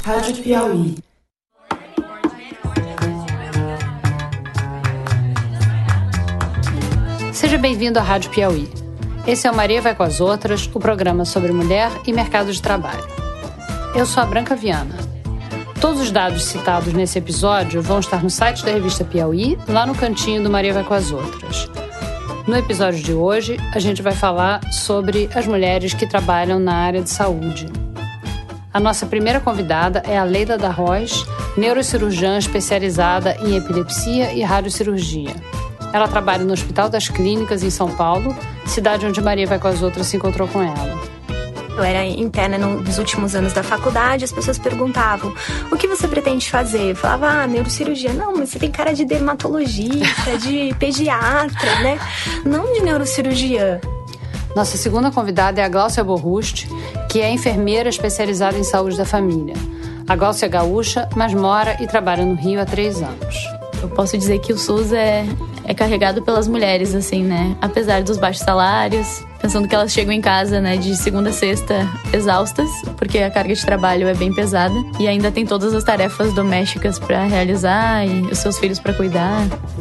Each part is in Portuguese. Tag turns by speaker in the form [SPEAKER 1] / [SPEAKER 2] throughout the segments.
[SPEAKER 1] Rádio Piauí.
[SPEAKER 2] Seja bem-vindo à Rádio Piauí. Esse é o Maria Vai com as Outras, o programa sobre mulher e mercado de trabalho. Eu sou a Branca Viana. Todos os dados citados nesse episódio vão estar no site da revista Piauí, lá no cantinho do Maria Vai com as Outras. No episódio de hoje, a gente vai falar sobre as mulheres que trabalham na área de saúde. A nossa primeira convidada é a Leila Darroz, neurocirurgiã especializada em epilepsia e radiocirurgia. Ela trabalha no Hospital das Clínicas, em São Paulo, cidade onde Maria Vai com as Outras se encontrou com ela.
[SPEAKER 3] Eu era interna nos últimos anos da faculdade, as pessoas perguntavam: o que você pretende fazer? Eu falava: neurocirurgia. Não, mas você tem cara de dermatologista, de pediatra, né? Não de neurocirurgia.
[SPEAKER 2] Nossa segunda convidada é a Gláucia Borrust, que é enfermeira especializada em saúde da família. A Gláucia é gaúcha, mas mora e trabalha no Rio há 3 anos.
[SPEAKER 4] Eu posso dizer que o SUS é carregado pelas mulheres, assim, né? Apesar dos baixos salários, pensando que elas chegam em casa, né, de segunda a sexta exaustas, porque a carga de trabalho é bem pesada, e ainda tem todas as tarefas domésticas para realizar e os seus filhos para cuidar.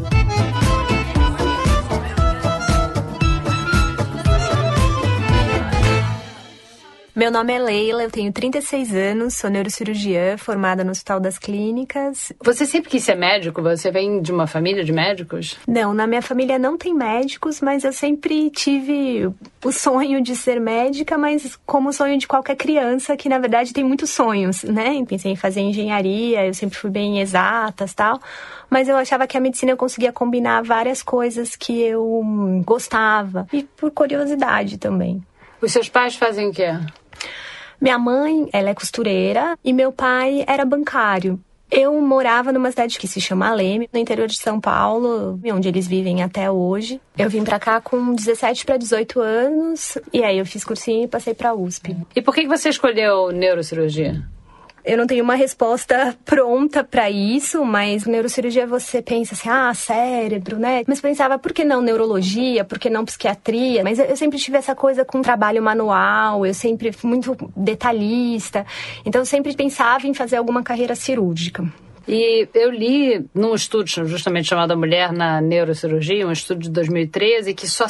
[SPEAKER 3] Meu nome é Leila, eu tenho 36 anos, sou neurocirurgiã, formada no Hospital das Clínicas.
[SPEAKER 2] Você sempre quis ser médico? Você vem de uma família de médicos?
[SPEAKER 3] Não, na minha família não tem médicos, mas eu sempre tive o sonho de ser médica, mas como o sonho de qualquer criança, que na verdade tem muitos sonhos, né? Pensei em fazer engenharia, eu sempre fui bem exatas e tal, mas eu achava que a medicina eu conseguia combinar várias coisas que eu gostava, e por curiosidade também.
[SPEAKER 2] Os seus pais fazem o quê?
[SPEAKER 3] Minha mãe, ela é costureira e meu pai era bancário. Eu morava numa cidade que se chama Leme, no interior de São Paulo, onde eles vivem até hoje. Eu vim pra cá com 17 para 18 anos e aí eu fiz cursinho e passei pra USP.
[SPEAKER 2] E por que você escolheu neurocirurgia?
[SPEAKER 3] Eu não tenho uma resposta pronta pra isso, mas neurocirurgia você pensa assim, cérebro, né? Mas pensava, por que não neurologia? Por que não psiquiatria? Mas eu sempre tive essa coisa com trabalho manual, eu sempre fui muito detalhista, então eu sempre pensava em fazer alguma carreira cirúrgica.
[SPEAKER 2] E eu li num estudo justamente chamado A Mulher na Neurocirurgia, um estudo de 2013, que só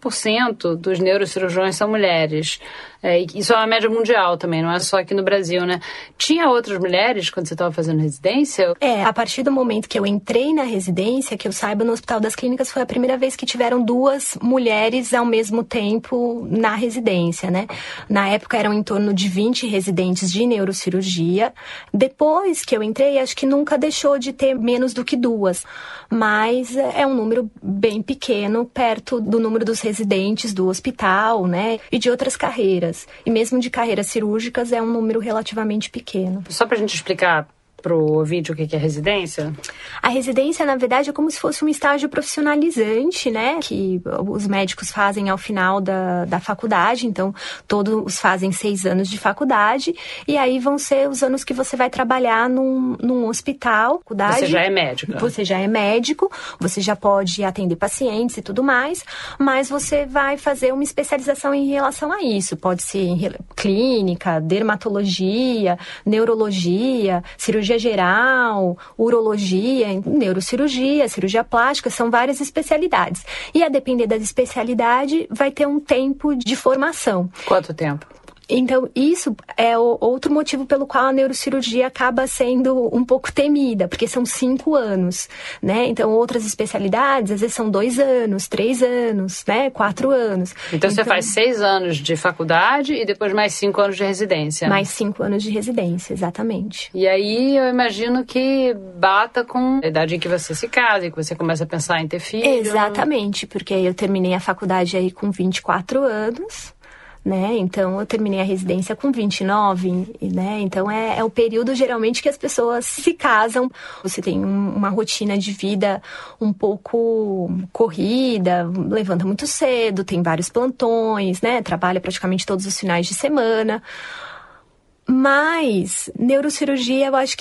[SPEAKER 2] 5% dos neurocirurgiões são mulheres. Isso é uma média mundial também, não é só aqui no Brasil, né? Tinha outras mulheres quando você estava fazendo residência?
[SPEAKER 3] A partir do momento que eu entrei na residência, que eu saiba, no Hospital das Clínicas foi a primeira vez que tiveram 2 mulheres ao mesmo tempo na residência, né? Na época eram em torno de 20 residentes de neurocirurgia. Depois que eu entrei, acho que nunca deixou de ter menos do que 2, mas é um número bem pequeno perto do número dos residentes do hospital, né, e de outras carreiras. E mesmo de carreiras cirúrgicas é um número relativamente pequeno.
[SPEAKER 2] Só pra gente explicar pro ouvinte o que é residência?
[SPEAKER 3] A residência, na verdade, é como se fosse um estágio profissionalizante, né? Que os médicos fazem ao final da faculdade. Então, todos fazem 6 anos de faculdade. E aí vão ser os anos que você vai trabalhar num hospital.
[SPEAKER 2] Você já é médica.
[SPEAKER 3] Você já é médico, você já pode atender pacientes e tudo mais. Mas você vai fazer uma especialização em relação a isso. Pode ser em clínica, dermatologia, neurologia, cirurgia geral, urologia, neurocirurgia, cirurgia plástica, são várias especialidades. E a depender da especialidade, vai ter um tempo de formação.
[SPEAKER 2] Quanto tempo?
[SPEAKER 3] Então, isso é outro motivo pelo qual a neurocirurgia acaba sendo um pouco temida, porque são 5 anos, né? Então, outras especialidades, às vezes são 2 anos, 3 anos, né? 4 anos.
[SPEAKER 2] Então, você faz 6 anos de faculdade e depois mais 5 anos de residência.
[SPEAKER 3] Mais 5 anos de residência, exatamente.
[SPEAKER 2] E aí, eu imagino que bata com a idade em que você se casa e que você começa a pensar em ter filho.
[SPEAKER 3] Exatamente, porque eu terminei a faculdade aí com 24 anos, né? Então, eu terminei a residência com 29, né? Então, é o período, geralmente, que as pessoas se casam. Você tem uma rotina de vida um pouco corrida, levanta muito cedo, tem vários plantões, né? Trabalha praticamente todos os finais de semana. Mas, neurocirurgia, eu acho que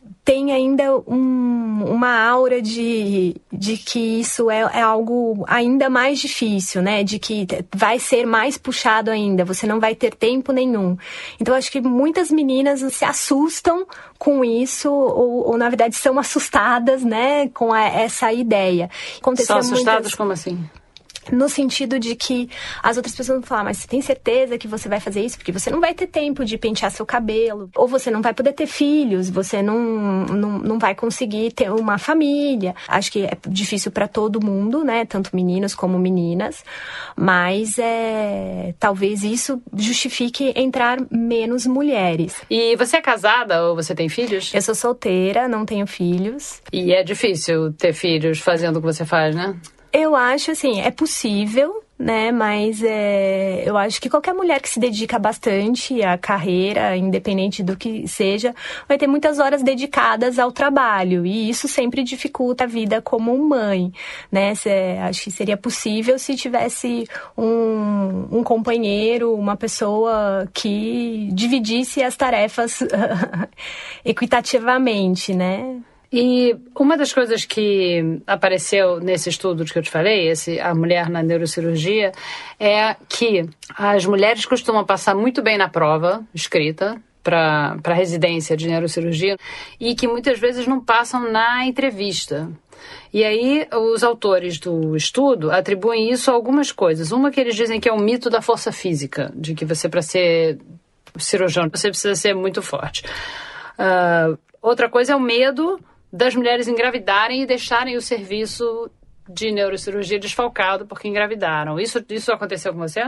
[SPEAKER 3] tem ainda uma aura de que isso é algo ainda mais difícil, né? De que vai ser mais puxado ainda, você não vai ter tempo nenhum. Então, acho que muitas meninas se assustam com isso, ou na verdade são assustadas, né? Com essa ideia.
[SPEAKER 2] São assustadas como assim?
[SPEAKER 3] No sentido de que as outras pessoas vão falar, mas você tem certeza que você vai fazer isso? Porque você não vai ter tempo de pentear seu cabelo, ou você não vai poder ter filhos, você não vai conseguir ter uma família. Acho que é difícil para todo mundo, né? Tanto meninos como meninas, mas talvez isso justifique entrar menos mulheres.
[SPEAKER 2] E você é casada ou você tem filhos?
[SPEAKER 3] Eu sou solteira, não tenho filhos.
[SPEAKER 2] E é difícil ter filhos fazendo o que você faz, né?
[SPEAKER 3] Eu acho, assim, é possível, né? Mas eu acho que qualquer mulher que se dedica bastante à carreira, independente do que seja, vai ter muitas horas dedicadas ao trabalho. E isso sempre dificulta a vida como mãe, né? Acho que seria possível se tivesse um companheiro, uma pessoa que dividisse as tarefas equitativamente, né?
[SPEAKER 2] E uma das coisas que apareceu nesse estudo que eu te falei, A Mulher na Neurocirurgia, é que as mulheres costumam passar muito bem na prova escrita para residência de neurocirurgia e que muitas vezes não passam na entrevista. E aí os autores do estudo atribuem isso a algumas coisas. Uma que eles dizem que é o mito da força física, de que você, para ser cirurgião, você precisa ser muito forte. Outra coisa é o medo das mulheres engravidarem e deixarem o serviço de neurocirurgia desfalcado porque engravidaram. Isso aconteceu com você?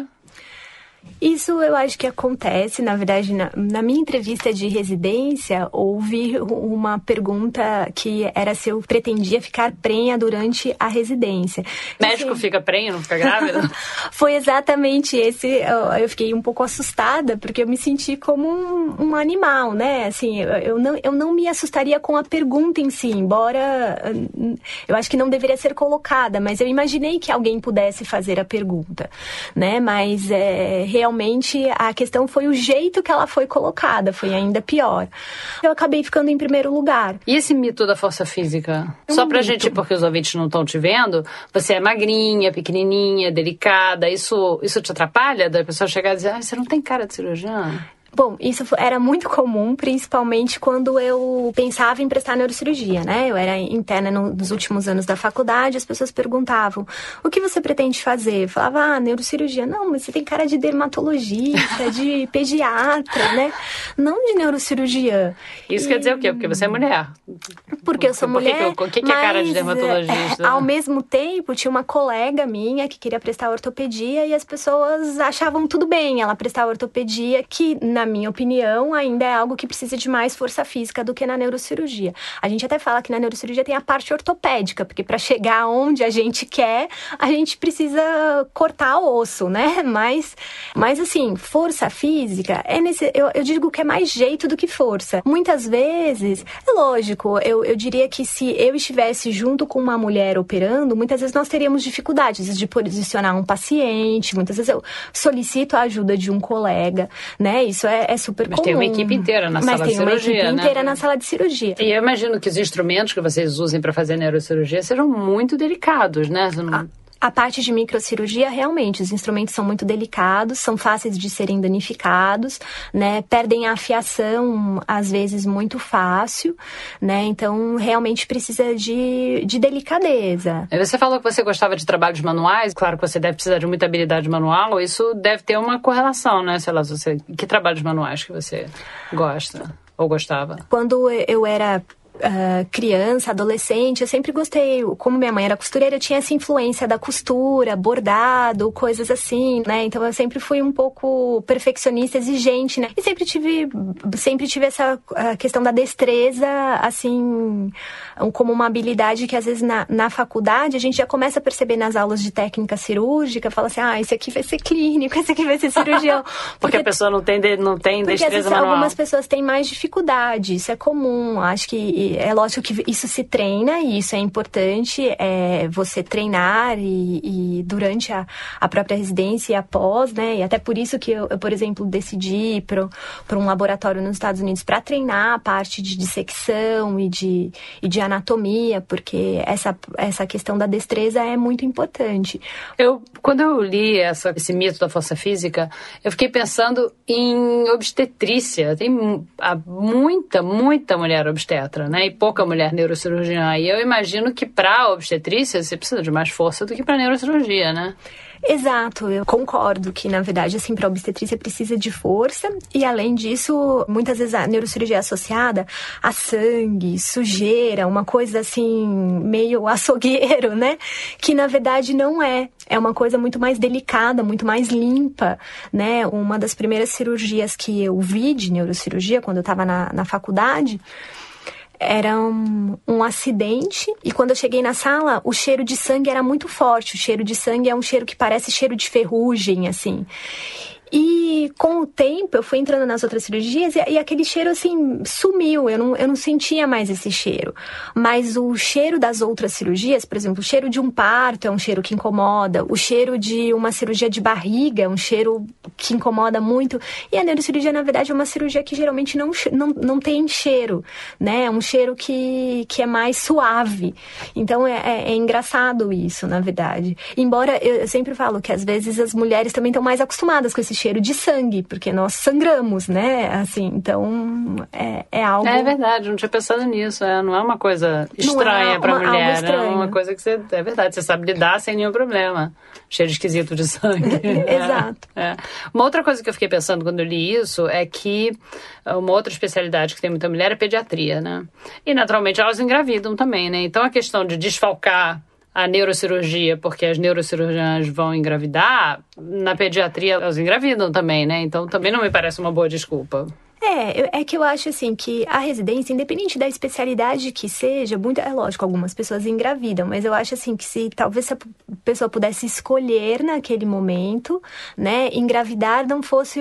[SPEAKER 3] Isso eu acho que acontece, na verdade, na minha entrevista de residência, houve uma pergunta que era se eu pretendia ficar prenha durante a residência.
[SPEAKER 2] Médico assim, fica prenha, não fica grávida?
[SPEAKER 3] Foi exatamente esse, eu fiquei um pouco assustada, porque eu me senti como um animal, né? Assim, eu não me assustaria com a pergunta em si, embora eu acho que não deveria ser colocada, mas eu imaginei que alguém pudesse fazer a pergunta, né? Mas realmente a questão foi o jeito que ela foi colocada, foi ainda pior. Eu acabei ficando em primeiro lugar.
[SPEAKER 2] E esse mito da força física? Só pra gente, porque os ouvintes não estão te vendo, você é magrinha, pequenininha, delicada, isso te atrapalha? Da pessoa chegar e dizer, você não tem cara de cirurgiã?
[SPEAKER 3] Bom, isso era muito comum, principalmente quando eu pensava em prestar neurocirurgia, né? Eu era interna nos últimos anos da faculdade, as pessoas perguntavam, o que você pretende fazer? Eu falava, neurocirurgia. Não, mas você tem cara de dermatologista, de pediatra, né? Não de neurocirurgia.
[SPEAKER 2] Isso quer dizer o quê? Porque você é mulher.
[SPEAKER 3] Porque eu sou mulher.
[SPEAKER 2] O que é cara de dermatologista?
[SPEAKER 3] Ao mesmo tempo, tinha uma colega minha que queria prestar ortopedia e as pessoas achavam tudo bem ela prestar ortopedia, que na minha opinião, ainda é algo que precisa de mais força física do que na neurocirurgia. A gente até fala que na neurocirurgia tem a parte ortopédica, porque para chegar onde a gente quer, a gente precisa cortar o osso, né? Mas assim, força física, eu digo que é mais jeito do que força. Muitas vezes, é lógico, eu diria que se eu estivesse junto com uma mulher operando, muitas vezes nós teríamos dificuldades de posicionar um paciente, muitas vezes eu solicito a ajuda de um colega, né? Isso é super comum.
[SPEAKER 2] Mas tem uma equipe inteira na sala de cirurgia, né?
[SPEAKER 3] Mas tem uma equipe inteira na sala de cirurgia.
[SPEAKER 2] E eu imagino que os instrumentos que vocês usem para fazer neurocirurgia sejam muito delicados, né?
[SPEAKER 3] A parte de microcirurgia, realmente, os instrumentos são muito delicados, são fáceis de serem danificados, né? Perdem a afiação, às vezes, muito fácil, né? Então, realmente precisa de delicadeza.
[SPEAKER 2] E você falou que você gostava de trabalhos manuais. Claro que você deve precisar de muita habilidade manual. Isso deve ter uma correlação, né? Sei lá, que trabalhos manuais que você gosta ou gostava?
[SPEAKER 3] Quando eu era criança, adolescente, eu sempre gostei, como minha mãe era costureira, eu tinha essa influência da costura, bordado, coisas assim, né? Então eu sempre fui um pouco perfeccionista, exigente, né? E sempre tive essa questão da destreza, assim, como uma habilidade que às vezes na faculdade a gente já começa a perceber nas aulas de técnica cirúrgica, fala assim, esse aqui vai ser clínico, esse aqui vai ser cirurgião.
[SPEAKER 2] Porque a pessoa não tem destreza manual.
[SPEAKER 3] Algumas pessoas têm mais dificuldade, isso é comum, acho que que é lógico que isso se treina e isso é importante, você treinar e durante a própria residência e após, né? E até por isso que eu por exemplo, decidi ir para um laboratório nos Estados Unidos para treinar a parte de dissecção e de anatomia, porque essa questão da destreza é muito importante.
[SPEAKER 2] Quando eu li esse mito da força física, eu fiquei pensando em obstetrícia. Tem muita mulher obstetra, né? E pouca mulher neurocirurgiã. E eu imagino que para obstetrícia você precisa de mais força do que para neurocirurgia, né?
[SPEAKER 3] Exato, eu concordo que, na verdade, assim, para obstetrícia precisa de força e, além disso, muitas vezes a neurocirurgia é associada a sangue, sujeira, uma coisa, assim, meio açougueiro, né? Que, na verdade, não é. É uma coisa muito mais delicada, muito mais limpa, né? Uma das primeiras cirurgias que eu vi de neurocirurgia, quando eu estava na faculdade, era um acidente e quando eu cheguei na sala, o cheiro de sangue era muito forte. O cheiro de sangue é um cheiro que parece cheiro de ferrugem, assim. E com o tempo eu fui entrando nas outras cirurgias e aquele cheiro assim sumiu, eu não sentia mais esse cheiro. Mas o cheiro das outras cirurgias, por exemplo, o cheiro de um parto é um cheiro que incomoda, o cheiro de uma cirurgia de barriga é um cheiro que incomoda muito. E a neurocirurgia, na verdade, é uma cirurgia que geralmente não tem cheiro, né? É um cheiro que é mais suave. Então é engraçado isso, na verdade. Embora eu sempre falo que às vezes as mulheres também estão mais acostumadas com esse cheiro de sangue, porque nós sangramos, né? Assim, então é algo...
[SPEAKER 2] É verdade, não tinha pensado nisso. Não é uma coisa estranha para mulher. É uma coisa que é verdade, você sabe lidar sem nenhum problema. Cheiro esquisito de sangue.
[SPEAKER 3] Exato.
[SPEAKER 2] Uma outra coisa que eu fiquei pensando quando eu li isso é que uma outra especialidade que tem muita mulher é pediatria, né? E naturalmente elas engravidam também, né? Então a questão de desfalcar a neurocirurgia, porque as neurocirurgiãs vão engravidar, na pediatria elas engravidam também, né? Então também não me parece uma boa desculpa.
[SPEAKER 3] É que eu acho assim que a residência, independente da especialidade que seja, é lógico, algumas pessoas engravidam, mas eu acho assim que se talvez a pessoa pudesse escolher naquele momento, né, engravidar não fosse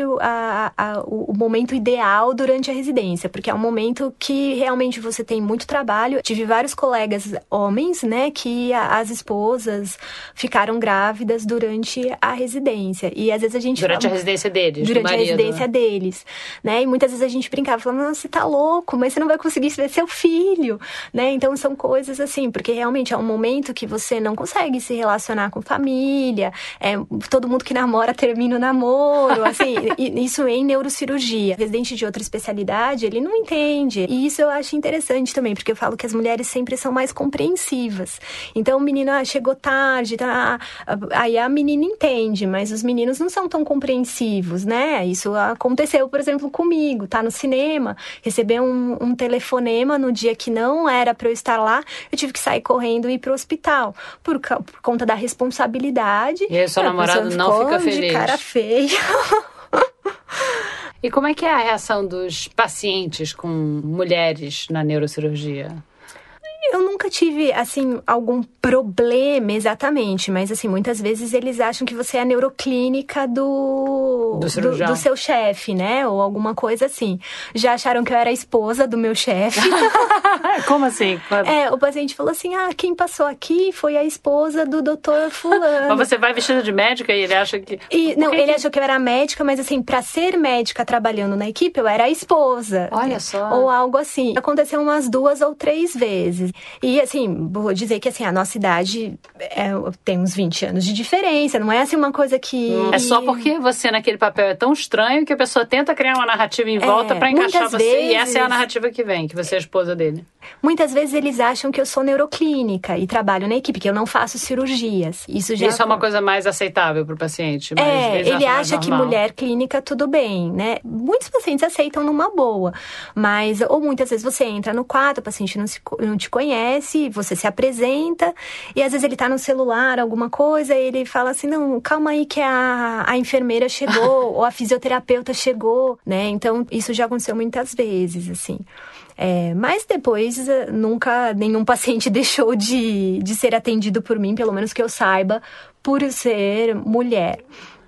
[SPEAKER 3] o momento ideal durante a residência, porque é um momento que realmente você tem muito trabalho. Tive vários colegas homens, né, que as esposas ficaram grávidas durante a residência, e às vezes a gente...
[SPEAKER 2] Durante a residência deles,
[SPEAKER 3] durante a residência deles, né, e muitas vezes a gente brincava, falando, não, você tá louco, mas você não vai conseguir ver seu filho, né? Então são coisas assim, porque realmente é um momento que você não consegue se relacionar com família, todo mundo que namora termina o namoro, assim, isso em neurocirurgia. O residente de outra especialidade, ele não entende. E isso eu acho interessante também, porque eu falo que as mulheres sempre são mais compreensivas. Então o menino chegou tarde, tá? Aí a menina entende, mas os meninos não são tão compreensivos, né? Isso aconteceu, por exemplo, comigo. Tá no cinema, receber um telefonema no dia que não era para eu estar lá, eu tive que sair correndo e ir pro hospital, por conta da responsabilidade.
[SPEAKER 2] E aí seu namorado não fica feliz.
[SPEAKER 3] De cara feia.
[SPEAKER 2] E como é que é a reação dos pacientes com mulheres na neurocirurgia?
[SPEAKER 3] Eu nunca tive, assim, algum problema exatamente, mas, assim, muitas vezes eles acham que você é a neuroclínica do seu chefe, né? Ou alguma coisa assim. Já acharam que eu era a esposa do meu chefe.
[SPEAKER 2] Como assim?
[SPEAKER 3] O paciente falou assim, quem passou aqui foi a esposa do doutor fulano.
[SPEAKER 2] Mas você vai vestida de médica e ele acha que...
[SPEAKER 3] Ele achou que eu era médica, mas, assim, pra ser médica trabalhando na equipe, eu era a esposa.
[SPEAKER 2] Olha só.
[SPEAKER 3] Ou algo assim. Aconteceu umas 2 ou 3 vezes. E, assim, vou dizer que, assim, a nossa idade tem uns 20 anos de diferença. Não é, assim, uma coisa que...
[SPEAKER 2] É só porque você, naquele papel, é tão estranho que a pessoa tenta criar uma narrativa em volta pra encaixar você. Vezes... E essa é a narrativa que vem, que você é a esposa dele.
[SPEAKER 3] Muitas vezes eles acham que eu sou neuroclínica e trabalho na equipe, que eu não faço cirurgias. Isso é uma
[SPEAKER 2] coisa mais aceitável pro paciente. Mas
[SPEAKER 3] ele acha que mulher clínica tudo bem, né? Muitos pacientes aceitam numa boa. Mas, ou muitas vezes você entra no quarto, o paciente não te conhece, você se apresenta, e às vezes ele tá no celular, alguma coisa, e ele fala assim, não, calma aí que a enfermeira chegou, ou a fisioterapeuta chegou, né? Então, isso já aconteceu muitas vezes, assim. Mas depois, nunca nenhum paciente deixou de ser atendido por mim, pelo menos que eu saiba, por ser mulher.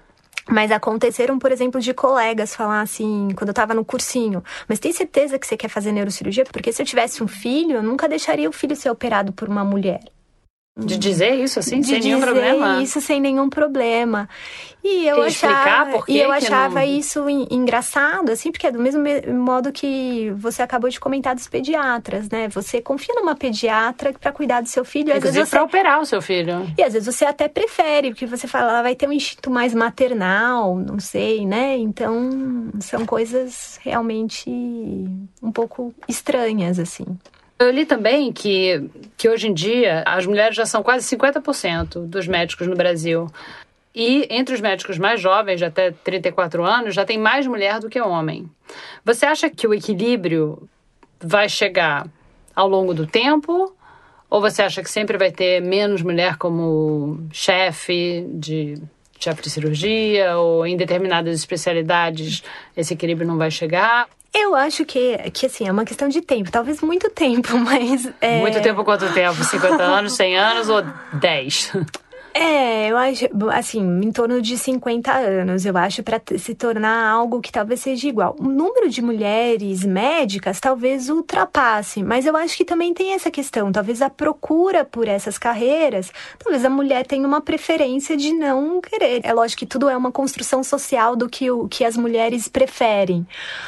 [SPEAKER 3] Mas aconteceram, por exemplo, de colegas falar assim, quando eu tava no cursinho, mas tem certeza que você quer fazer neurocirurgia? Porque se eu tivesse um filho, eu nunca deixaria o filho ser operado por uma mulher.
[SPEAKER 2] De dizer isso assim,
[SPEAKER 3] De
[SPEAKER 2] sem nenhum
[SPEAKER 3] dizer
[SPEAKER 2] problema?
[SPEAKER 3] isso sem nenhum problema. E eu achava isso engraçado, assim, porque é do mesmo modo que você acabou de comentar dos pediatras, né? Você confia numa pediatra para cuidar do seu filho.
[SPEAKER 2] Inclusive para operar o seu filho.
[SPEAKER 3] E às vezes você até prefere, porque você fala, ela vai ter um instinto mais maternal, não sei, né? Então, são coisas realmente um pouco estranhas, assim.
[SPEAKER 2] Eu li também que hoje em dia as mulheres já são quase 50% dos médicos no Brasil. E entre os médicos mais jovens, de até 34 anos, já tem mais mulher do que homem. Você acha que o equilíbrio vai chegar ao longo do tempo? Ou você acha que sempre vai ter menos mulher como chefe de cirurgia? Ou em determinadas especialidades esse equilíbrio não vai chegar?
[SPEAKER 3] Eu acho que assim, é uma questão de tempo. Talvez muito tempo, mas...
[SPEAKER 2] Muito tempo quanto tempo? 50 anos, 100 anos ou 10?
[SPEAKER 3] Eu acho, assim, em torno de 50 anos, eu acho, para se tornar algo que talvez seja igual. O número de mulheres médicas talvez ultrapasse, mas eu acho que também tem essa questão. Talvez a procura por essas carreiras, talvez a mulher tenha uma preferência de não querer. É lógico que tudo é uma construção social do que as mulheres preferem.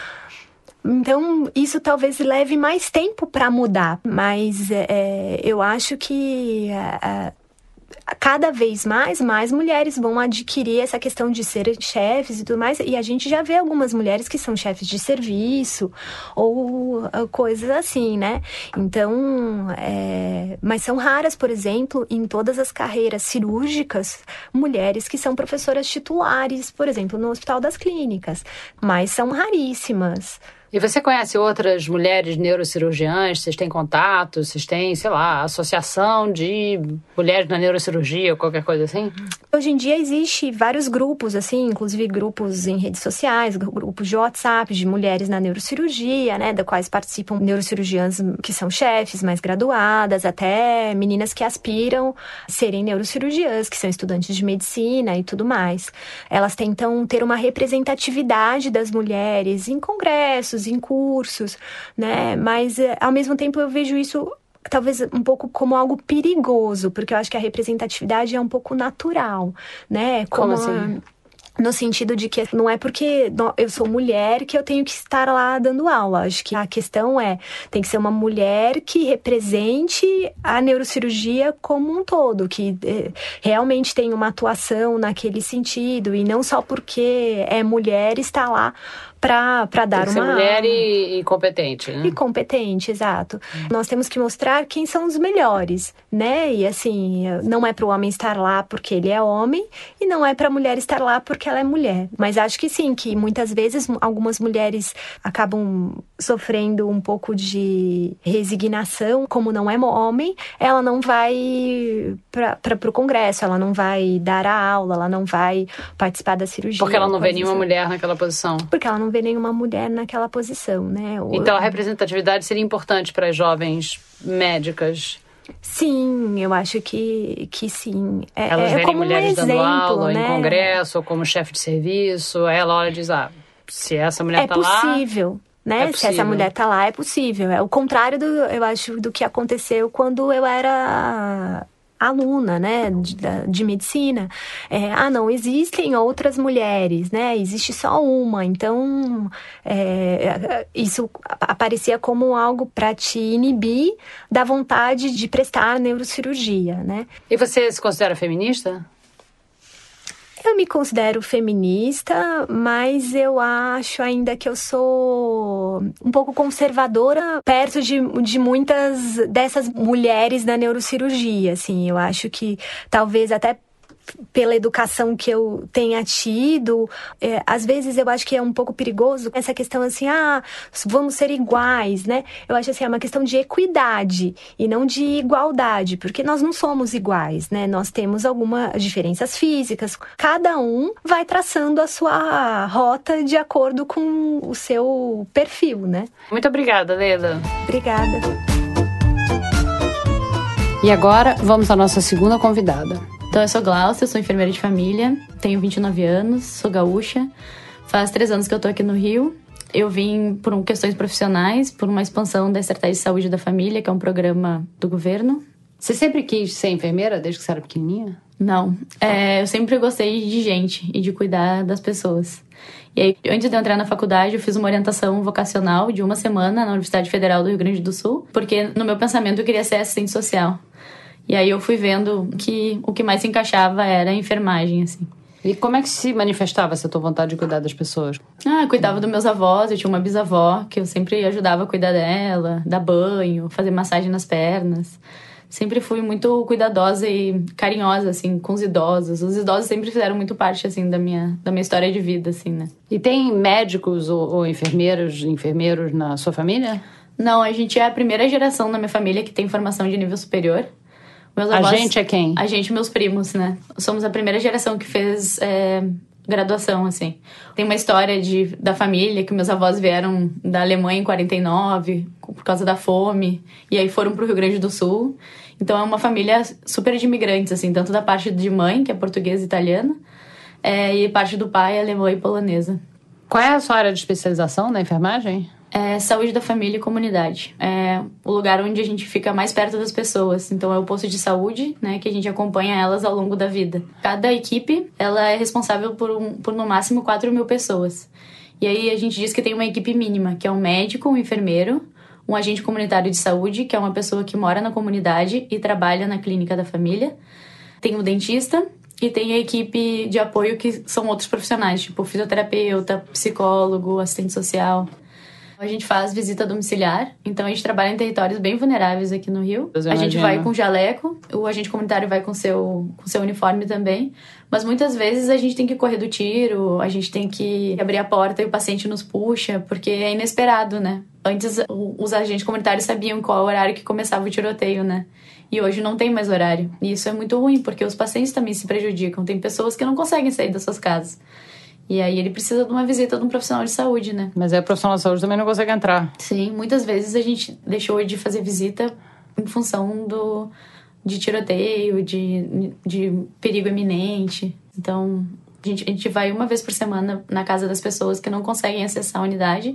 [SPEAKER 3] Então, isso talvez leve mais tempo para mudar, mas eu acho que cada vez mais mulheres vão adquirir essa questão de serem chefes e tudo mais, e a gente já vê algumas mulheres que são chefes de serviço ou coisas assim, né? Então, mas são raras, por exemplo, em todas as carreiras cirúrgicas, mulheres que são professoras titulares, por exemplo, no Hospital das Clínicas, mas são raríssimas.
[SPEAKER 2] E você conhece outras mulheres neurocirurgiãs? Vocês têm contato? Vocês têm, sei lá, associação de mulheres na neurocirurgia ou qualquer coisa assim?
[SPEAKER 3] Hoje em dia existe vários grupos, assim, inclusive grupos em redes sociais, grupos de WhatsApp de mulheres na neurocirurgia, né, da quais participam neurocirurgiãs que são chefes, mais graduadas, até meninas que aspiram a serem neurocirurgiãs, que são estudantes de medicina e tudo mais. Elas tentam ter uma representatividade das mulheres em congressos, em cursos, né? Mas, ao mesmo tempo, eu vejo isso talvez um pouco como algo perigoso, porque eu acho que a representatividade é um pouco natural, né?
[SPEAKER 2] Como assim?
[SPEAKER 3] No sentido de que não é porque eu sou mulher que eu tenho que estar lá dando aula. Acho que a questão tem que ser uma mulher que represente a neurocirurgia como um todo, que realmente tem uma atuação naquele sentido, e não só porque é mulher está lá para dar uma aula.
[SPEAKER 2] Mulher e competente, né?
[SPEAKER 3] E competente, exato. Nós temos que mostrar quem são os melhores, né? E assim, não é para o homem estar lá porque ele é homem, e não é para a mulher estar lá porque ela é mulher. Mas acho que sim, que muitas vezes algumas mulheres acabam sofrendo um pouco de resignação. Como não é homem, ela não vai para o congresso, ela não vai dar a aula, ela não vai participar da cirurgia.
[SPEAKER 2] Porque ela não vê nenhuma mulher naquela posição.
[SPEAKER 3] Porque ela não vê nenhuma mulher naquela posição, né?
[SPEAKER 2] Então a representatividade seria importante para as jovens médicas?
[SPEAKER 3] Sim, eu acho que sim.
[SPEAKER 2] Elas verem
[SPEAKER 3] como
[SPEAKER 2] mulheres
[SPEAKER 3] um exemplo,
[SPEAKER 2] dando aula,
[SPEAKER 3] né?
[SPEAKER 2] em congresso, ou como chefe de serviço, aí ela olha e diz, se essa mulher tá lá...
[SPEAKER 3] É possível, né? Se essa mulher tá lá, é possível. É o contrário, eu acho, do que aconteceu quando eu era aluna, né, de medicina. Não existem outras mulheres, né, existe só uma. Então, isso aparecia como algo para te inibir da vontade de prestar neurocirurgia, né.
[SPEAKER 2] E você se considera feminista?
[SPEAKER 3] Eu me considero feminista, mas eu acho ainda que eu sou um pouco conservadora perto de muitas dessas mulheres da neurocirurgia, assim. Eu acho que talvez até pela educação que eu tenha tido, às vezes eu acho que é um pouco perigoso essa questão assim, vamos ser iguais, né? Eu acho assim, é uma questão de equidade e não de igualdade, porque nós não somos iguais, né? Nós temos algumas diferenças físicas, cada um vai traçando a sua rota de acordo com o seu perfil, né?
[SPEAKER 2] Muito obrigada, Leda.
[SPEAKER 3] Obrigada.
[SPEAKER 2] E agora, vamos à nossa segunda convidada.
[SPEAKER 4] Então, eu sou Glaucia, sou enfermeira de família, tenho 29 anos, sou gaúcha. Faz 3 anos que eu tô aqui no Rio. Eu vim por questões profissionais, por uma expansão da Estratégia de Saúde da Família, que é um programa do governo.
[SPEAKER 2] Você sempre quis ser enfermeira desde que você era pequenininha?
[SPEAKER 4] Não. Eu sempre gostei de gente e de cuidar das pessoas. E aí, antes de eu entrar na faculdade, eu fiz uma orientação vocacional de 1 semana na Universidade Federal do Rio Grande do Sul, porque no meu pensamento eu queria ser assistente social. E aí eu fui vendo que o que mais se encaixava era a enfermagem, assim.
[SPEAKER 2] E como é que se manifestava essa tua vontade de cuidar das pessoas?
[SPEAKER 4] Eu cuidava dos meus avós, eu tinha uma bisavó que eu sempre ajudava a cuidar dela, dar banho, fazer massagem nas pernas. Sempre fui muito cuidadosa e carinhosa, assim, com os idosos. Os idosos sempre fizeram muito parte, assim, da minha história de vida, assim, né?
[SPEAKER 2] E tem médicos ou enfermeiros na sua família?
[SPEAKER 4] Não, a gente é a primeira geração na minha família que tem formação de nível superior. Meus avós,
[SPEAKER 2] a gente é quem?
[SPEAKER 4] A gente, meus primos, né? Somos a primeira geração que fez graduação, assim. Tem uma história da família que meus avós vieram da Alemanha em 49 por causa da fome. E aí foram pro Rio Grande do Sul. Então é uma família super de imigrantes, assim. Tanto da parte de mãe, que é portuguesa e italiana, e parte do pai, alemã e polonesa.
[SPEAKER 2] Qual é a sua área de especialização na enfermagem?
[SPEAKER 4] Saúde da família e comunidade. É o lugar onde a gente fica mais perto das pessoas. Então é o posto de saúde, né, que a gente acompanha elas ao longo da vida. Cada equipe, ela é responsável por no máximo 4.000 pessoas. E aí a gente diz que tem uma equipe mínima, que é um médico, um enfermeiro, um agente comunitário de saúde, que é uma pessoa que mora na comunidade e trabalha na clínica da família. Tem o dentista e tem a equipe de apoio, que são outros profissionais, tipo fisioterapeuta, psicólogo, assistente social. A gente faz visita domiciliar, então a gente trabalha em territórios bem vulneráveis aqui no Rio. A gente vai com jaleco, o agente comunitário vai com seu uniforme também. Mas muitas vezes a gente tem que correr do tiro, a gente tem que abrir a porta e o paciente nos puxa, porque é inesperado, né? Antes os agentes comunitários sabiam qual horário que começava o tiroteio, né? E hoje não tem mais horário. E isso é muito ruim, porque os pacientes também se prejudicam. Tem pessoas que não conseguem sair das suas casas. E aí ele precisa de uma visita de um profissional de saúde, né?
[SPEAKER 2] Mas aí o profissional de saúde também não consegue entrar.
[SPEAKER 4] Sim, muitas vezes a gente deixou de fazer visita em função de tiroteio, de perigo iminente. Então, a gente vai uma vez por semana na casa das pessoas que não conseguem acessar a unidade.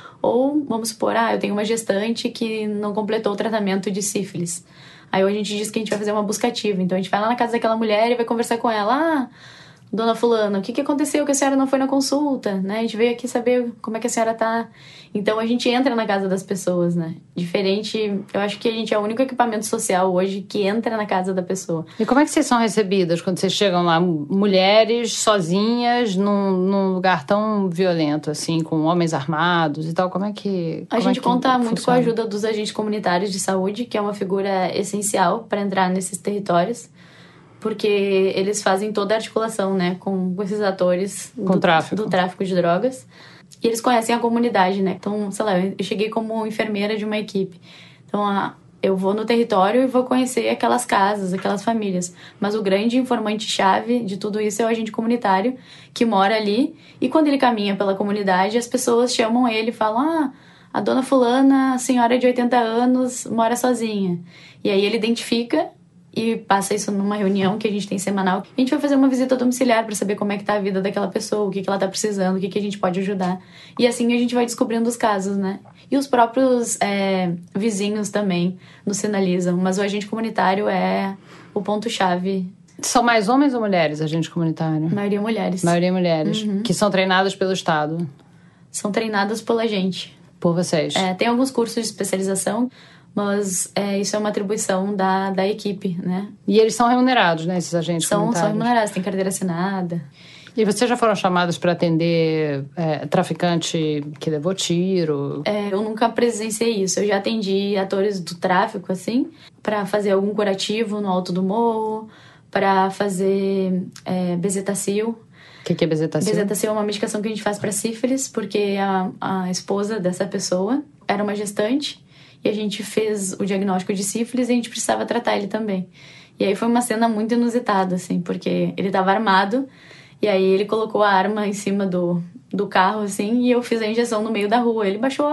[SPEAKER 4] Ou, vamos supor, eu tenho uma gestante que não completou o tratamento de sífilis. Aí a gente diz que a gente vai fazer uma busca ativa. Então a gente vai lá na casa daquela mulher e vai conversar com ela. Dona fulana, o que aconteceu que a senhora não foi na consulta, né? A gente veio aqui saber como é que a senhora tá. Então, a gente entra na casa das pessoas, né? Diferente, eu acho que a gente é o único equipamento social hoje que entra na casa da pessoa.
[SPEAKER 2] E como é que vocês são recebidas quando vocês chegam lá, mulheres sozinhas num lugar tão violento, assim, com homens armados e tal? Como é que
[SPEAKER 4] A gente conta muito
[SPEAKER 2] funciona?
[SPEAKER 4] com a ajuda dos agentes comunitários de saúde, que é uma figura essencial para entrar nesses territórios. Porque eles fazem toda a articulação, né, com esses atores do tráfico de drogas. E eles conhecem a comunidade, né? Então, sei lá, eu cheguei como enfermeira de uma equipe. Então, eu vou no território e vou conhecer aquelas casas, aquelas famílias. Mas o grande informante-chave de tudo isso é o agente comunitário, que mora ali. E quando ele caminha pela comunidade, as pessoas chamam ele e falam: a dona fulana, a senhora de 80 anos, mora sozinha. E aí ele identifica e passa isso numa reunião que a gente tem semanal. A gente vai fazer uma visita domiciliar para saber como é que tá a vida daquela pessoa, o que ela tá precisando, o que a gente pode ajudar. E assim a gente vai descobrindo os casos, né? E os próprios vizinhos também nos sinalizam. Mas o agente comunitário é o ponto-chave.
[SPEAKER 2] São mais homens ou mulheres, agentes comunitários?
[SPEAKER 4] Maioria mulheres.
[SPEAKER 2] Maioria mulheres. Uhum. Que são treinadas pelo Estado?
[SPEAKER 4] São treinadas pela gente.
[SPEAKER 2] Por vocês?
[SPEAKER 4] Tem alguns cursos de especialização, mas isso é uma atribuição da equipe, né?
[SPEAKER 2] E eles são remunerados, né, esses agentes comunitários?
[SPEAKER 4] São remunerados, tem carteira assinada.
[SPEAKER 2] E vocês já foram chamadas para atender traficante que levou tiro?
[SPEAKER 4] Eu nunca presenciei isso. Eu já atendi atores do tráfico, assim, para fazer algum curativo no alto do morro, para fazer bezetacil.
[SPEAKER 2] O que é bezetacil?
[SPEAKER 4] Bezetacil é uma medicação que a gente faz para sífilis, porque a esposa dessa pessoa era uma gestante. E a gente fez o diagnóstico de sífilis e a gente precisava tratar ele também. E aí foi uma cena muito inusitada, assim, porque ele estava armado e aí ele colocou a arma em cima do carro, assim, e eu fiz a injeção no meio da rua. Ele baixou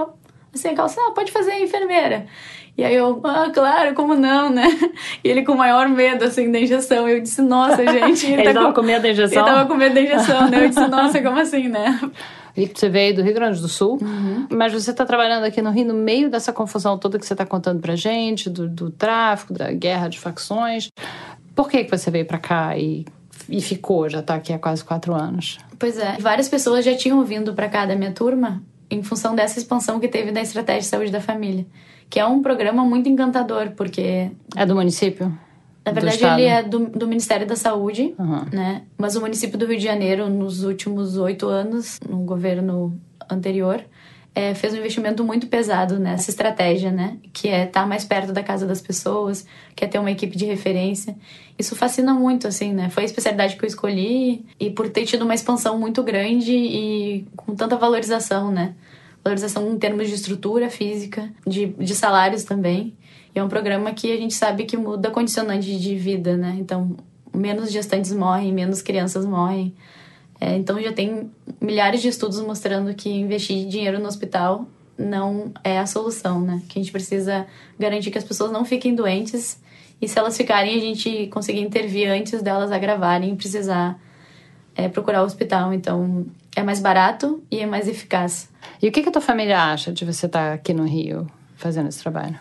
[SPEAKER 4] assim, a calça, pode fazer enfermeira. E aí eu, claro, como não, né? E ele com o maior medo, assim, da injeção. Eu disse, nossa, gente...
[SPEAKER 2] Ele tava com medo da injeção?
[SPEAKER 4] Ele tava com medo da injeção, né? Eu disse, nossa, como assim, né?
[SPEAKER 2] E você veio do Rio Grande do Sul, mas você está trabalhando aqui no Rio no meio dessa confusão toda que você está contando pra gente, do tráfico, da guerra de facções. Por que você veio pra cá e ficou, já tá aqui há quase 4 anos?
[SPEAKER 4] Pois é, várias pessoas já tinham vindo pra cá da minha turma em função dessa expansão que teve da Estratégia de Saúde da Família, que é um programa muito encantador, porque...
[SPEAKER 2] É do município?
[SPEAKER 4] Na verdade, ele é do Ministério da Saúde, né? Mas o município do Rio de Janeiro, nos últimos 8 anos, no governo anterior, fez um investimento muito pesado nessa estratégia, né? Que é estar mais perto da casa das pessoas, que é ter uma equipe de referência. Isso fascina muito, assim, né? Foi a especialidade que eu escolhi e por ter tido uma expansão muito grande e com tanta valorização, né? Valorização em termos de estrutura física, de salários também. E é um programa que a gente sabe que muda a condicionante de vida, né? Então, menos gestantes morrem, menos crianças morrem. Então, já tem milhares de estudos mostrando que investir dinheiro no hospital não é a solução, né? Que a gente precisa garantir que as pessoas não fiquem doentes e se elas ficarem, a gente conseguir intervir antes delas agravarem e precisar procurar o hospital. Então, é mais barato e é mais eficaz.
[SPEAKER 2] E o que a tua família acha de você estar aqui no Rio fazendo esse trabalho?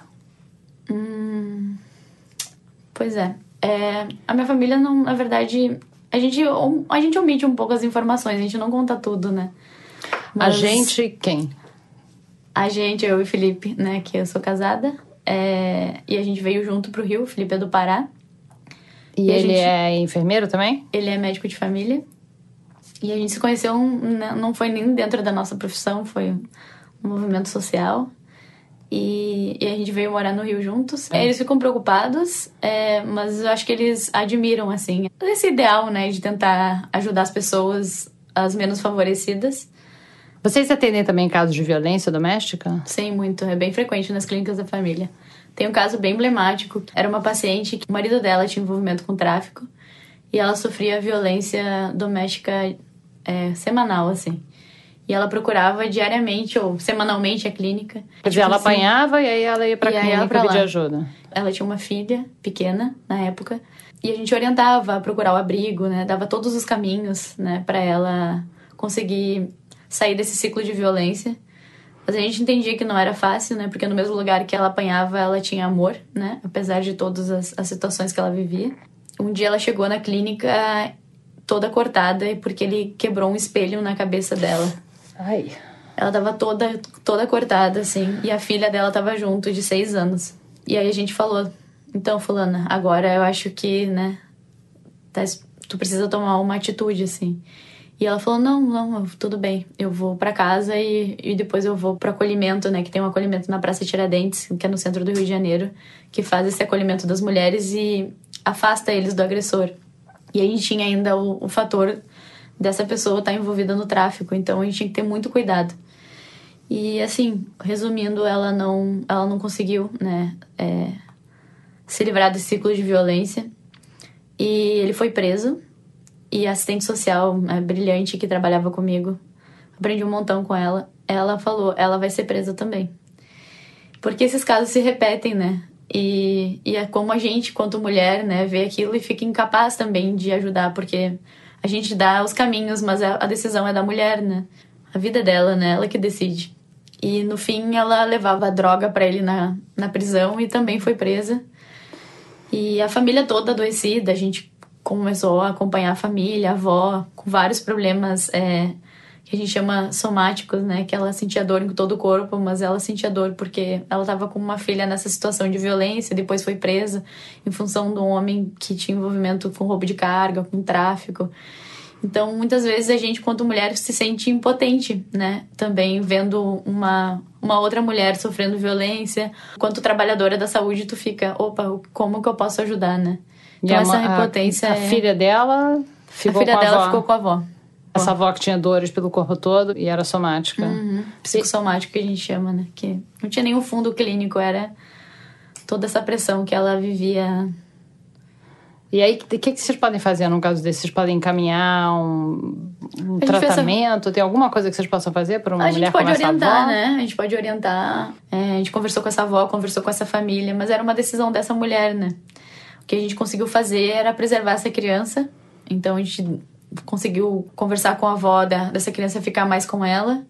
[SPEAKER 4] Pois é. A minha família, não, na verdade... A gente omite um pouco as informações, a gente não conta tudo, né?
[SPEAKER 2] Mas... A gente quem?
[SPEAKER 4] A gente, eu e o Felipe, né? Que eu sou casada. E a gente veio junto pro Rio, o Felipe é do Pará.
[SPEAKER 2] E ele é enfermeiro também?
[SPEAKER 4] Ele é médico de família. E a gente se conheceu, não foi nem dentro da nossa profissão, foi um movimento social. E a gente veio morar no Rio juntos. Eles ficam preocupados, mas eu acho que eles admiram, assim, esse ideal, né, de tentar ajudar as pessoas, as menos favorecidas.
[SPEAKER 2] Vocês atendem também casos de violência doméstica?
[SPEAKER 4] Sim, muito. É bem frequente nas clínicas da família. Tem um caso bem emblemático. Era uma paciente que o marido dela tinha envolvimento com tráfico e ela sofria violência doméstica semanal, assim. E ela procurava diariamente ou semanalmente a clínica.
[SPEAKER 2] Quer dizer, ela apanhava e aí ela ia pra clínica pedir ajuda.
[SPEAKER 4] Ela tinha uma filha pequena na época. E a gente orientava a procurar o abrigo, né? Dava todos os caminhos, né? Pra ela conseguir sair desse ciclo de violência. Mas a gente entendia que não era fácil, né? Porque no mesmo lugar que ela apanhava, ela tinha amor, né? Apesar de todas as situações que ela vivia. Um dia ela chegou na clínica toda cortada porque ele quebrou um espelho na cabeça dela.
[SPEAKER 2] Ai.
[SPEAKER 4] Ela tava toda cortada, assim. E a filha dela tava junto, de 6 anos. E aí a gente falou, então, fulana, agora eu acho que, né, tu precisa tomar uma atitude, assim. E ela falou, não, tudo bem. Eu vou pra casa e depois eu vou pro acolhimento, né, que tem um acolhimento na Praça Tiradentes, que é no centro do Rio de Janeiro, que faz esse acolhimento das mulheres e afasta eles do agressor. E aí tinha ainda o fator dessa pessoa estar envolvida no tráfico, então a gente tinha que ter muito cuidado. E assim, resumindo, ela não conseguiu, né, se livrar desse ciclo de violência. E ele foi preso. E a assistente social brilhante que trabalhava comigo, aprendi um montão com ela. Ela falou, ela vai ser presa também. Porque esses casos se repetem, né? E é como a gente, quanto mulher, né, vê aquilo e fica incapaz também de ajudar, porque a gente dá os caminhos, mas a decisão é da mulher, né? A vida dela, né? Ela que decide. E no fim ela levava a droga pra ele na prisão e também foi presa. E a família toda adoecida, a gente começou a acompanhar a família, a avó, com vários problemas que a gente chama somáticos, né? Que ela sentia dor em todo o corpo, mas ela sentia dor porque ela estava com uma filha nessa situação de violência, depois foi presa em função de um homem que tinha envolvimento com roubo de carga, com tráfico. Então, muitas vezes a gente, quanto mulher, se sente impotente, né? Também vendo uma outra mulher sofrendo violência. Quanto trabalhadora da saúde, tu fica, opa, como que eu posso ajudar, né? Então, essa impotência...
[SPEAKER 2] A filha dela ficou com a avó. A filha dela
[SPEAKER 4] ficou com a avó.
[SPEAKER 2] Essa avó que tinha dores pelo corpo todo e era somática.
[SPEAKER 4] Psicossomática, que a gente chama, né? Que não tinha nenhum fundo clínico, era toda essa pressão que ela vivia
[SPEAKER 2] E aí, o que vocês podem fazer no caso desse? Vocês podem encaminhar um tratamento? Tem alguma coisa que vocês possam fazer para uma mulher como essa avó?
[SPEAKER 4] A gente pode orientar, né? A gente pode orientar. A gente conversou com essa avó, conversou com essa família, mas era uma decisão dessa mulher, né? O que a gente conseguiu fazer era preservar essa criança. Então, a gente conseguiu conversar com a avó dessa criança, ficar mais com ela.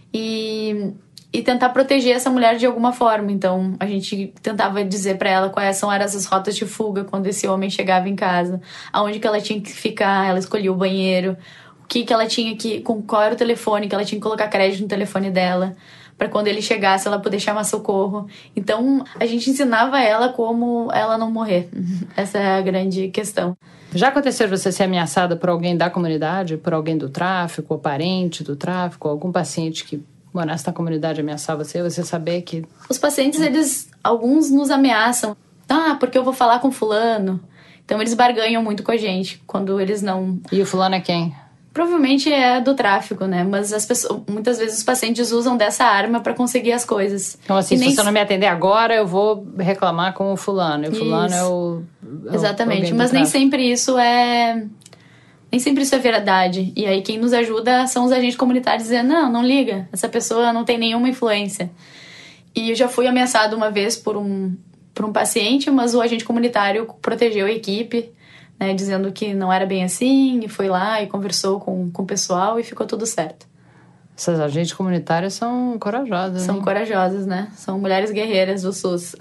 [SPEAKER 4] E tentar proteger essa mulher de alguma forma. Então, a gente tentava dizer pra ela quais eram essas rotas de fuga quando esse homem chegava em casa, aonde que ela tinha que ficar, ela escolhia o banheiro, o que ela tinha qual era o telefone, que ela tinha que colocar crédito no telefone dela, pra quando ele chegasse ela poder chamar socorro. Então, a gente ensinava ela como ela não morrer. Essa é a grande questão.
[SPEAKER 2] Já aconteceu de você ser ameaçada por alguém da comunidade, por alguém do tráfico, ou parente do tráfico, algum paciente que morasse na comunidade ameaçar você saber que...
[SPEAKER 4] Os pacientes, alguns nos ameaçam. Porque eu vou falar com fulano. Então eles barganham muito com a gente, quando eles não...
[SPEAKER 2] E o fulano é quem?
[SPEAKER 4] Provavelmente é do tráfico, né? Mas muitas vezes os pacientes usam dessa arma pra conseguir as coisas.
[SPEAKER 2] Então assim, se você não me atender agora, eu vou reclamar com o fulano. E o fulano é o...
[SPEAKER 4] Exatamente, mas nem sempre isso é... Nem sempre isso é verdade. E aí quem nos ajuda são os agentes comunitários dizendo, não liga, essa pessoa não tem nenhuma influência. E eu já fui ameaçada uma vez por um paciente, mas o agente comunitário protegeu a equipe, né, dizendo que não era bem assim, e foi lá e conversou com o pessoal e ficou tudo certo.
[SPEAKER 2] Essas agentes comunitárias são corajosas,
[SPEAKER 4] São corajosas, né? São mulheres guerreiras do SUS.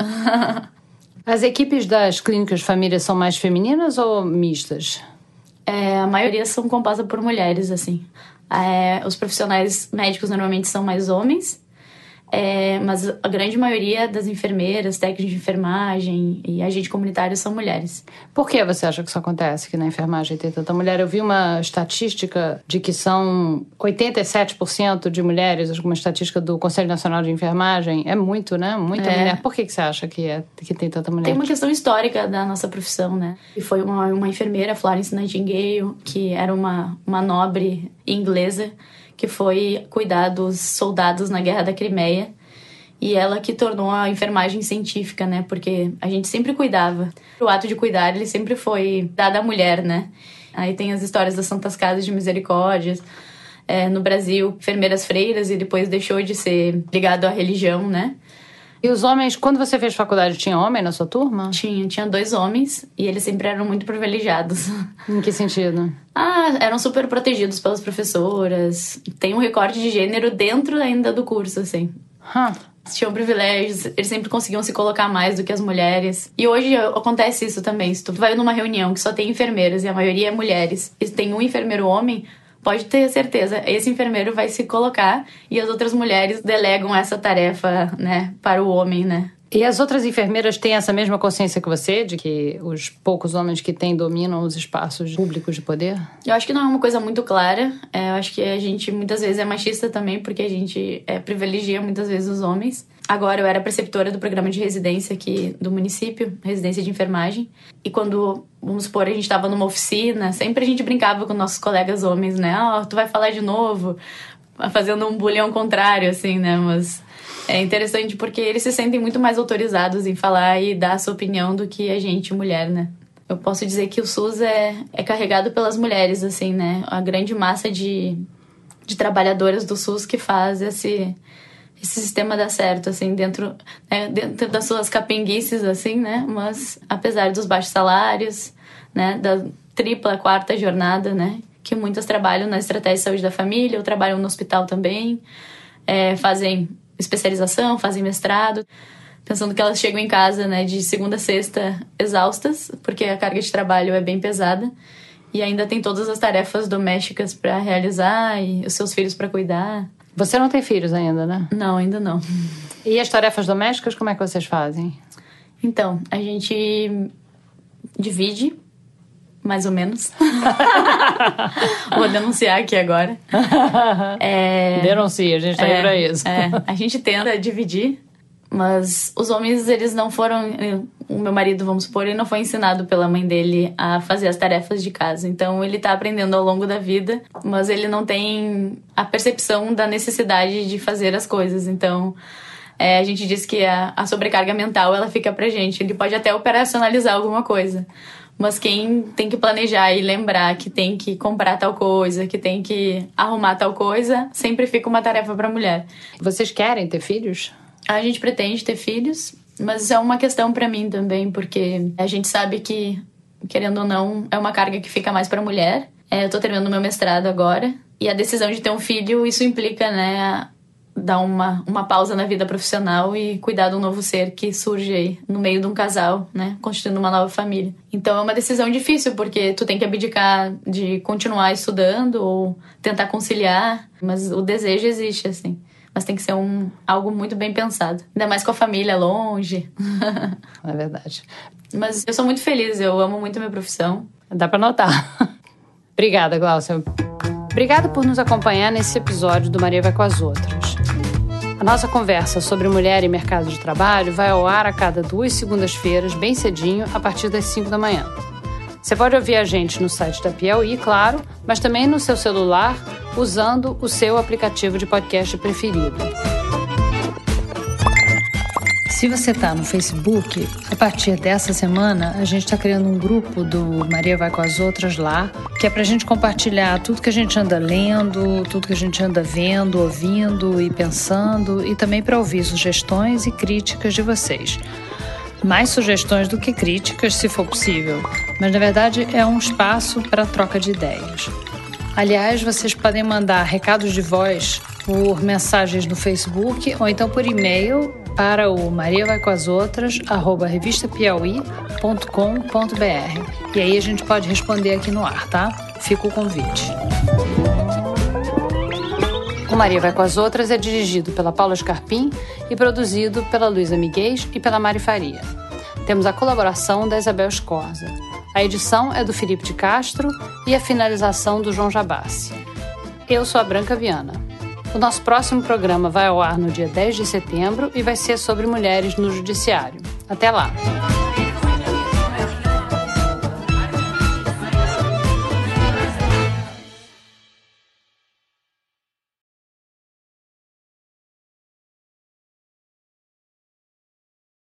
[SPEAKER 2] As equipes das clínicas de família são mais femininas ou mistas?
[SPEAKER 4] A maioria são compostas por mulheres, assim. Os profissionais médicos normalmente são mais homens, mas a grande maioria das enfermeiras, técnicos de enfermagem e agentes comunitários são mulheres.
[SPEAKER 2] Por que você acha que isso acontece, que na enfermagem tem tanta mulher? Eu vi uma estatística de que são 87% de mulheres, uma estatística do Conselho Nacional de Enfermagem. É muito, né? Muita mulher. Por que você acha que tem tanta mulher?
[SPEAKER 4] Tem uma questão histórica da nossa profissão, né? E foi uma enfermeira, Florence Nightingale, que era uma nobre inglesa, que foi cuidar dos soldados na Guerra da Crimeia. E ela que tornou a enfermagem científica, né? Porque a gente sempre cuidava. O ato de cuidar, ele sempre foi dado à mulher, né? Aí tem as histórias das Santas Casas de Misericórdia. No Brasil, enfermeiras freiras, e depois deixou de ser ligado à religião, né?
[SPEAKER 2] E os homens, quando você fez faculdade, tinha homem na sua turma?
[SPEAKER 4] Tinha 2 homens e eles sempre eram muito privilegiados.
[SPEAKER 2] Em que sentido?
[SPEAKER 4] Eram super protegidos pelas professoras. Tem um recorte de gênero dentro ainda do curso, assim. Tinham privilégios, eles sempre conseguiam se colocar mais do que as mulheres. E hoje acontece isso também. Se tu vai numa reunião que só tem enfermeiras e a maioria é mulheres, e tem um enfermeiro homem, pode ter certeza, esse enfermeiro vai se colocar e as outras mulheres delegam essa tarefa, né, para o homem, né?
[SPEAKER 2] E as outras enfermeiras têm essa mesma consciência que você, de que os poucos homens que têm dominam os espaços públicos de poder?
[SPEAKER 4] Eu acho que não é uma coisa muito clara. Eu acho que a gente muitas vezes é machista também, porque a gente privilegia muitas vezes os homens. Agora eu era preceptora do programa de residência aqui do município, residência de enfermagem. E quando, vamos supor, a gente estava numa oficina, sempre a gente brincava com nossos colegas homens, né? Tu vai falar de novo, fazendo um bullying ao contrário, assim, né? Mas é interessante porque eles se sentem muito mais autorizados em falar e dar a sua opinião do que a gente, mulher, né? Eu posso dizer que o SUS é carregado pelas mulheres, assim, né? A grande massa de trabalhadoras do SUS que faz esse sistema dar certo, assim, dentro das suas capenguices, assim, né? Mas, apesar dos baixos salários, né? Da tripla, quarta jornada, né? Que muitas trabalham na estratégia de saúde da família, ou trabalham no hospital também, fazem especialização, fazem mestrado, pensando que elas chegam em casa, né? De segunda a sexta exaustas, porque a carga de trabalho é bem pesada. E ainda tem todas as tarefas domésticas para realizar e os seus filhos para cuidar.
[SPEAKER 2] Você não tem filhos ainda, né?
[SPEAKER 4] Não, ainda não.
[SPEAKER 2] E as tarefas domésticas, como é que vocês fazem?
[SPEAKER 4] Então, a gente divide, mais ou menos. Vou denunciar aqui agora.
[SPEAKER 2] Denuncia, a gente tá aí pra isso.
[SPEAKER 4] A gente tenta dividir, mas os homens, eles não foram... O meu marido, vamos supor, ele não foi ensinado pela mãe dele a fazer as tarefas de casa. Então, ele tá aprendendo ao longo da vida, mas ele não tem a percepção da necessidade de fazer as coisas. Então, a gente diz que a sobrecarga mental, ela fica pra gente. Ele pode até operacionalizar alguma coisa, Mas quem tem que planejar e lembrar que tem que comprar tal coisa, que tem que arrumar tal coisa, sempre fica uma tarefa para a mulher.
[SPEAKER 2] Vocês querem ter filhos?
[SPEAKER 4] A gente pretende ter filhos, mas isso é uma questão para mim também, porque a gente sabe que, querendo ou não, é uma carga que fica mais para a mulher. Eu tô terminando meu mestrado agora, e a decisão de ter um filho, isso implica, né, dar uma pausa na vida profissional e cuidar de um novo ser que surge aí no meio de um casal, né, constituindo uma nova família. Então é uma decisão difícil, porque tu tem que abdicar de continuar estudando ou tentar conciliar, mas o desejo existe, assim. Mas tem que ser algo muito bem pensado. Ainda mais com a família longe.
[SPEAKER 2] É verdade.
[SPEAKER 4] Mas eu sou muito feliz, eu amo muito a minha profissão.
[SPEAKER 2] Dá pra notar. Obrigada, Gláucia. Obrigada por nos acompanhar nesse episódio do Maria Vai com as Outras. A nossa conversa sobre mulher e mercado de trabalho vai ao ar a cada 2 segundas-feiras, bem cedinho, a partir das 5 da manhã. Você pode ouvir a gente no site da Piauí, claro, mas também no seu celular, usando o seu aplicativo de podcast preferido. Se você está no Facebook, a partir dessa semana, a gente está criando um grupo do Maria Vai com as Outras lá, que é para a gente compartilhar tudo que a gente anda lendo, tudo que a gente anda vendo, ouvindo e pensando, e também para ouvir sugestões e críticas de vocês. Mais sugestões do que críticas, se for possível, mas na verdade é um espaço para troca de ideias. Aliás, vocês podem mandar recados de voz por mensagens no Facebook ou então por e-mail para o mariavaicoasoutras@revistapiauí.com.br. E aí a gente pode responder aqui no ar, tá? Fica o convite. O Maria Vai com as Outras é dirigido pela Paula Scarpim e produzido pela Luísa Miguel e pela Mari Faria. Temos a colaboração da Isabel Scorza. A edição é do Felipe de Castro e a finalização do João Jabassi. Eu sou a Branca Viana. O nosso próximo programa vai ao ar no dia 10 de setembro e vai ser sobre mulheres no judiciário. Até lá!